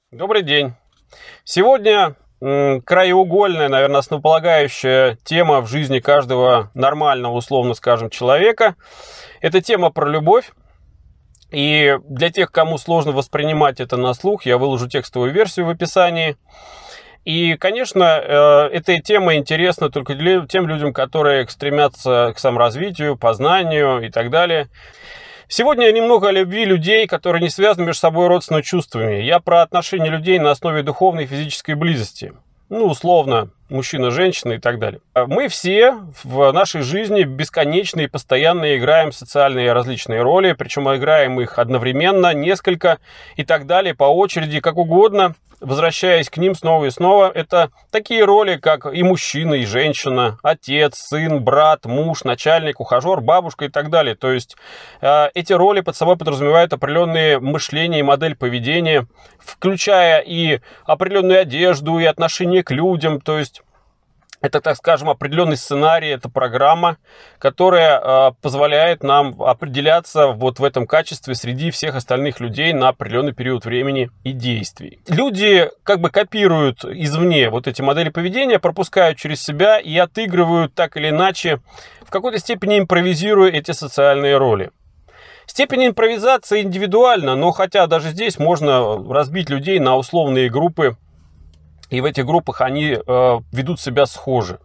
Добрый день. Сегодня краеугольная, наверное, основополагающая тема в жизни каждого нормального, условно скажем, человека. Это тема про любовь. И для тех, кому сложно воспринимать это на слух, я выложу текстовую версию в описании. И, конечно, эта тема интересна только тем людям, которые стремятся к саморазвитию, познанию и так далее. Сегодня немного о любви людей, которые не связаны между собой родственными чувствами. Я про отношения людей на основе духовной и физической близости. Условно, мужчина, женщина и так далее. Мы все в нашей жизни бесконечно и постоянно играем социальные различные роли, причем играем их одновременно, несколько и так далее, по очереди, как угодно, возвращаясь к ним снова и снова. Это такие роли, как и мужчина, и женщина, отец, сын, брат, муж, начальник, ухажер, бабушка и так далее. То есть эти роли под собой подразумевают определенные мышления и модель поведения, включая и определенную одежду, и отношение к людям. То есть это, так скажем, определенный сценарий, это программа, которая позволяет нам определяться вот в этом качестве среди всех остальных людей на определенный период времени и действий. Люди как бы копируют извне вот эти модели поведения, пропускают через себя и отыгрывают так или иначе, в какой-то степени импровизируя эти социальные роли. Степень импровизации индивидуальна, но хотя даже здесь можно разбить людей на условные группы, и в этих группах они ведут себя схоже.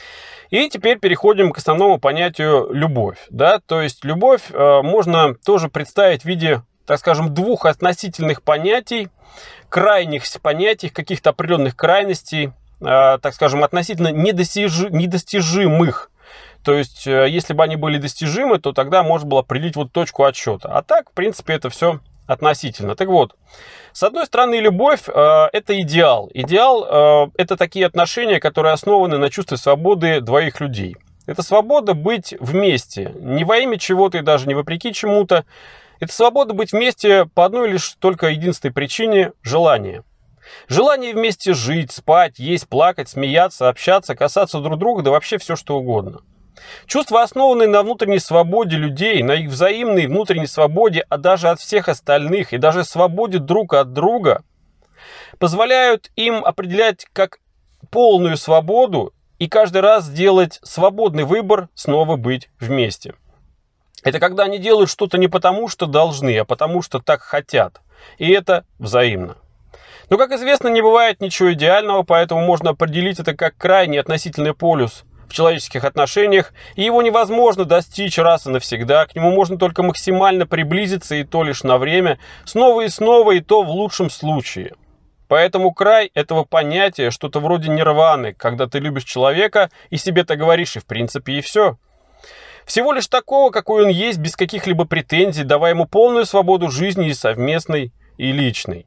И теперь переходим к основному понятию любовь. Да? То есть любовь можно тоже представить в виде, так скажем, двух относительных понятий, крайних понятий, каких-то определенных крайностей, так скажем, относительно недостижимых. То есть, если бы они были достижимы, то тогда можно было определить вот точку отсчета. А так, в принципе, это все относительно. Так вот, с одной стороны, любовь – это идеал. Идеал – это такие отношения, которые основаны на чувстве свободы двоих людей. Это свобода быть вместе, не во имя чего-то и даже не вопреки чему-то. Это свобода быть вместе по одной лишь только единственной причине – желание. Желание вместе жить, спать, есть, плакать, смеяться, общаться, касаться друг друга, да вообще все что угодно. Чувства, основанные на внутренней свободе людей, на их взаимной внутренней свободе, а даже от всех остальных, и даже свободе друг от друга, позволяют им определять как полную свободу и каждый раз делать свободный выбор снова быть вместе. Это когда они делают что-то не потому, что должны, а потому, что так хотят. И это взаимно. Но, как известно, не бывает ничего идеального, поэтому можно определить это как крайний относительный полюс в человеческих отношениях, и его невозможно достичь раз и навсегда, к нему можно только максимально приблизиться, и то лишь на время, снова, и то в лучшем случае. Поэтому край этого понятия что-то вроде нирваны, когда ты любишь человека и себе-то говоришь, и в принципе и все. Всего лишь такого, какой он есть, без каких-либо претензий, давая ему полную свободу жизни и совместной, и личной.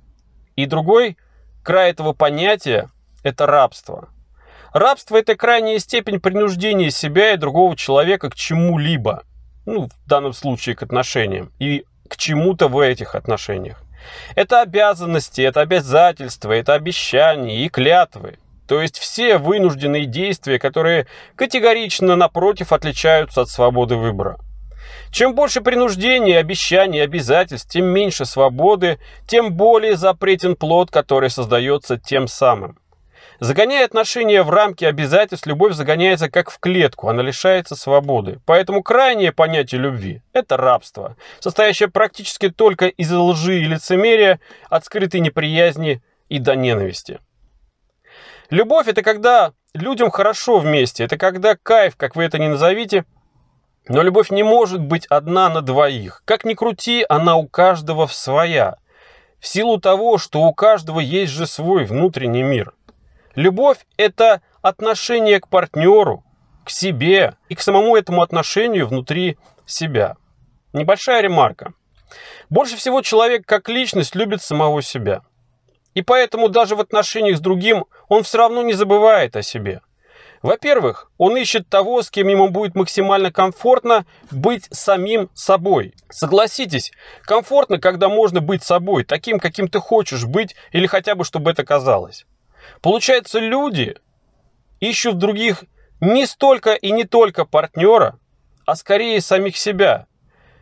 И другой край этого понятия – это рабство. Рабство – это крайняя степень принуждения себя и другого человека к чему-либо, в данном случае к отношениям, и к чему-то в этих отношениях. Это обязанности, это обязательства, это обещания и клятвы. То есть все вынужденные действия, которые категорично, напротив, отличаются от свободы выбора. Чем больше принуждений, обещаний, обязательств, тем меньше свободы, тем более запретен плод, который создается тем самым. Загоняя отношения в рамки обязательств, любовь загоняется как в клетку, она лишается свободы. Поэтому крайнее понятие любви – это рабство, состоящее практически только из лжи и лицемерия, от скрытой неприязни и до ненависти. Любовь – это когда людям хорошо вместе, это когда кайф, как вы это ни назовите, но любовь не может быть одна на двоих. Как ни крути, она у каждого своя, в силу того, что у каждого есть же свой внутренний мир. Любовь – это отношение к партнеру, к себе и к самому этому отношению внутри себя. Небольшая ремарка. Больше всего человек как личность любит самого себя. И поэтому даже в отношениях с другим он все равно не забывает о себе. Во-первых, он ищет того, с кем ему будет максимально комфортно быть самим собой. Согласитесь, комфортно, когда можно быть собой, таким, каким ты хочешь быть, или хотя бы, чтобы это казалось. Получается, люди ищут в других не столько и не только партнера, а скорее самих себя.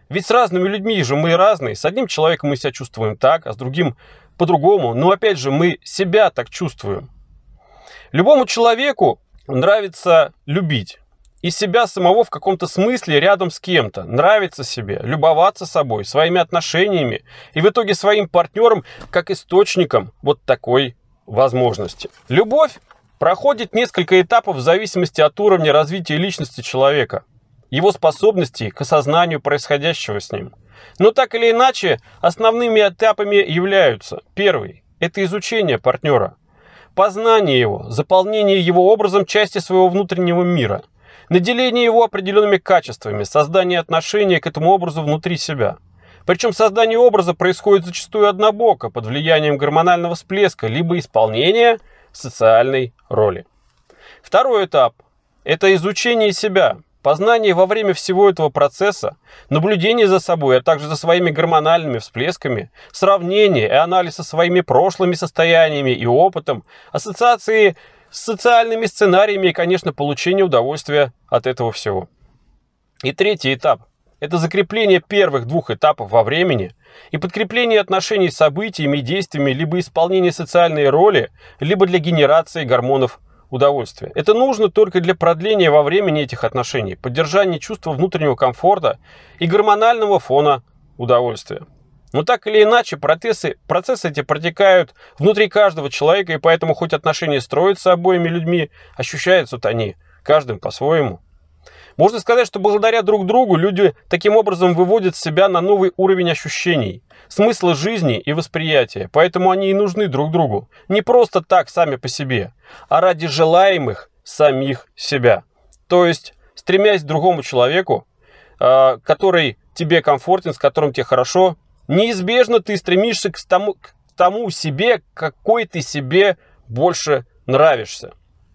Ведь с разными людьми же мы разные. С одним человеком мы себя чувствуем так, а с другим по-другому. Но опять же, мы себя так чувствуем. Любому человеку нравится любить. И себя самого в каком-то смысле рядом с кем-то. Нравится себе, любоваться собой, своими отношениями. И в итоге своим партнером как источником вот такой возможности. Любовь проходит несколько этапов в зависимости от уровня развития личности человека. Его способностей к осознанию происходящего с ним. Но так или иначе, основными этапами являются: первый – это изучение партнера, познание его, заполнение его образом части своего внутреннего мира, наделение его определенными качествами, создание отношения к этому образу внутри себя. Причем создание образа происходит зачастую однобоко, под влиянием гормонального всплеска, либо исполнения социальной роли. Второй этап – это изучение себя, познание во время всего этого процесса, наблюдение за собой, а также за своими гормональными всплесками, сравнение и анализ со своими прошлыми состояниями и опытом, ассоциации с социальными сценариями и, конечно, получение удовольствия от этого всего. И третий этап – это закрепление первых двух этапов во времени и подкрепление отношений с событиями и действиями, либо исполнение социальной роли, либо для генерации гормонов удовольствия. Это нужно только для продления во времени этих отношений, поддержания чувства внутреннего комфорта и гормонального фона удовольствия. Но так или иначе, процессы эти протекают внутри каждого человека, и поэтому хоть отношения строятся обоими людьми, ощущаются они каждым по-своему. Можно сказать, что благодаря друг другу люди таким образом выводят себя на новый уровень ощущений, смысла жизни и восприятия. Поэтому они и нужны друг другу. Не просто так сами по себе, а ради желаемых самих себя. То есть, стремясь к другому человеку, который тебе комфортен, с которым тебе хорошо, неизбежно ты стремишься к тому себе, какой ты себе больше нравишься.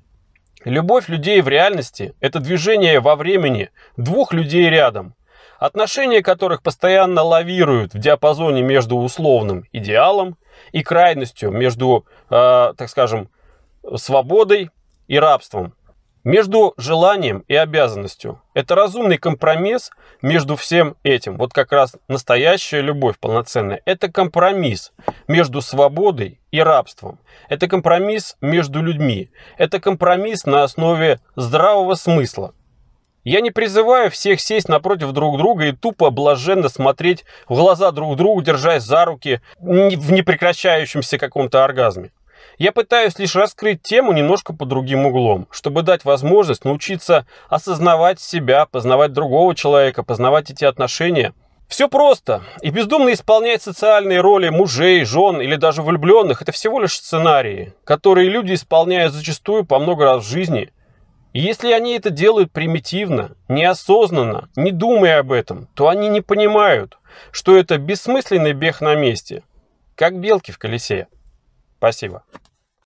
Любовь людей в реальности – это движение во времени двух людей рядом, отношения которых постоянно лавируют в диапазоне между условным идеалом и крайностью между, так скажем, свободой и рабством, между желанием и обязанностью. Это разумный компромисс между всем этим. Вот как раз настоящая любовь полноценная – это компромисс между свободой и рабством. Это компромисс между людьми. Это компромисс на основе здравого смысла. Я не призываю всех сесть напротив друг друга и тупо блаженно смотреть в глаза друг другу, держась за руки в непрекращающемся каком-то оргазме. Я пытаюсь лишь раскрыть тему немножко под другим углом, чтобы дать возможность научиться осознавать себя, познавать другого человека, познавать эти отношения. Все просто. И бездумно исполнять социальные роли мужей, жен или даже влюбленных – это всего лишь сценарии, которые люди исполняют зачастую по много раз в жизни. И если они это делают примитивно, неосознанно, не думая об этом, то они не понимают, что это бессмысленный бег на месте, как белки в колесе. Спасибо.